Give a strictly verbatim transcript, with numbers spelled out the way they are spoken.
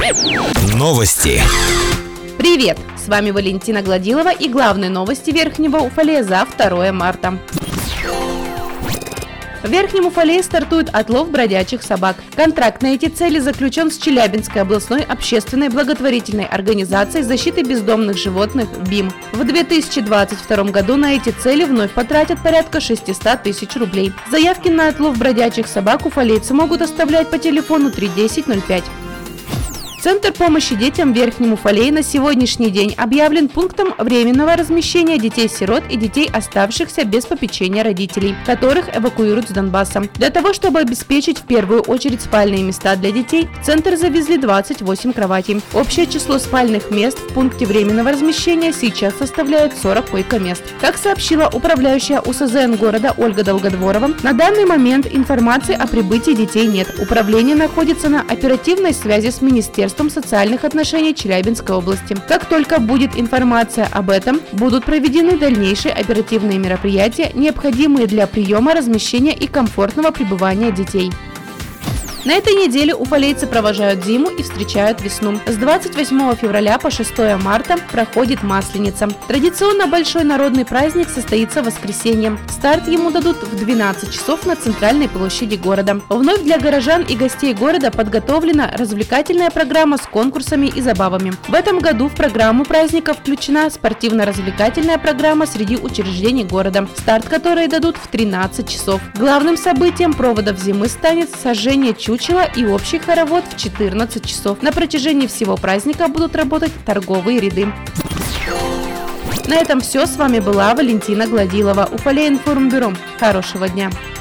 Новости. Привет! С вами Валентина Гладилова и главные новости Верхнего Уфалея за второе марта. В Верхнем Уфалее стартует отлов бродячих собак. Контракт на эти цели заключен с Челябинской областной общественной благотворительной организацией защиты бездомных животных БИМ. В две тысячи двадцать втором году на эти цели вновь потратят порядка шестьсот тысяч рублей. Заявки на отлов бродячих собак уфалейцы могут оставлять по телефону три десять ноль пять. Центр помощи детям в Верхнем Уфалее на сегодняшний день объявлен пунктом временного размещения детей-сирот и детей, оставшихся без попечения родителей, которых эвакуируют с Донбасса. Для того, чтобы обеспечить в первую очередь спальные места для детей, в центр завезли двадцать восемь кроватей. Общее число спальных мест в пункте временного размещения сейчас составляет сорок койко-мест. Как сообщила управляющая УСЗН города Ольга Долгодворова, на данный момент информации о прибытии детей нет. Управление находится на оперативной связи с Министерством социальных отношений Челябинской области. Как только будет информация об этом, будут проведены дальнейшие оперативные мероприятия, необходимые для приема, размещения и комфортного пребывания детей. На этой неделе уфалейцы провожают зиму и встречают весну. С двадцать восьмого февраля по шестое марта проходит Масленица. Традиционно большой народный праздник состоится в воскресенье. Старт ему дадут в двенадцать часов на центральной площади города. Вновь для горожан и гостей города подготовлена развлекательная программа с конкурсами и забавами. В этом году в программу праздника включена спортивно-развлекательная программа среди учреждений города, старт которой дадут в тринадцать часов. Главным событием проводов зимы станет сожжение чучела и общий хоровод в четырнадцать часов. На протяжении всего праздника будут работать торговые ряды. На этом все. С вами была Валентина Гладилова, Уфалей информбюро. Хорошего дня!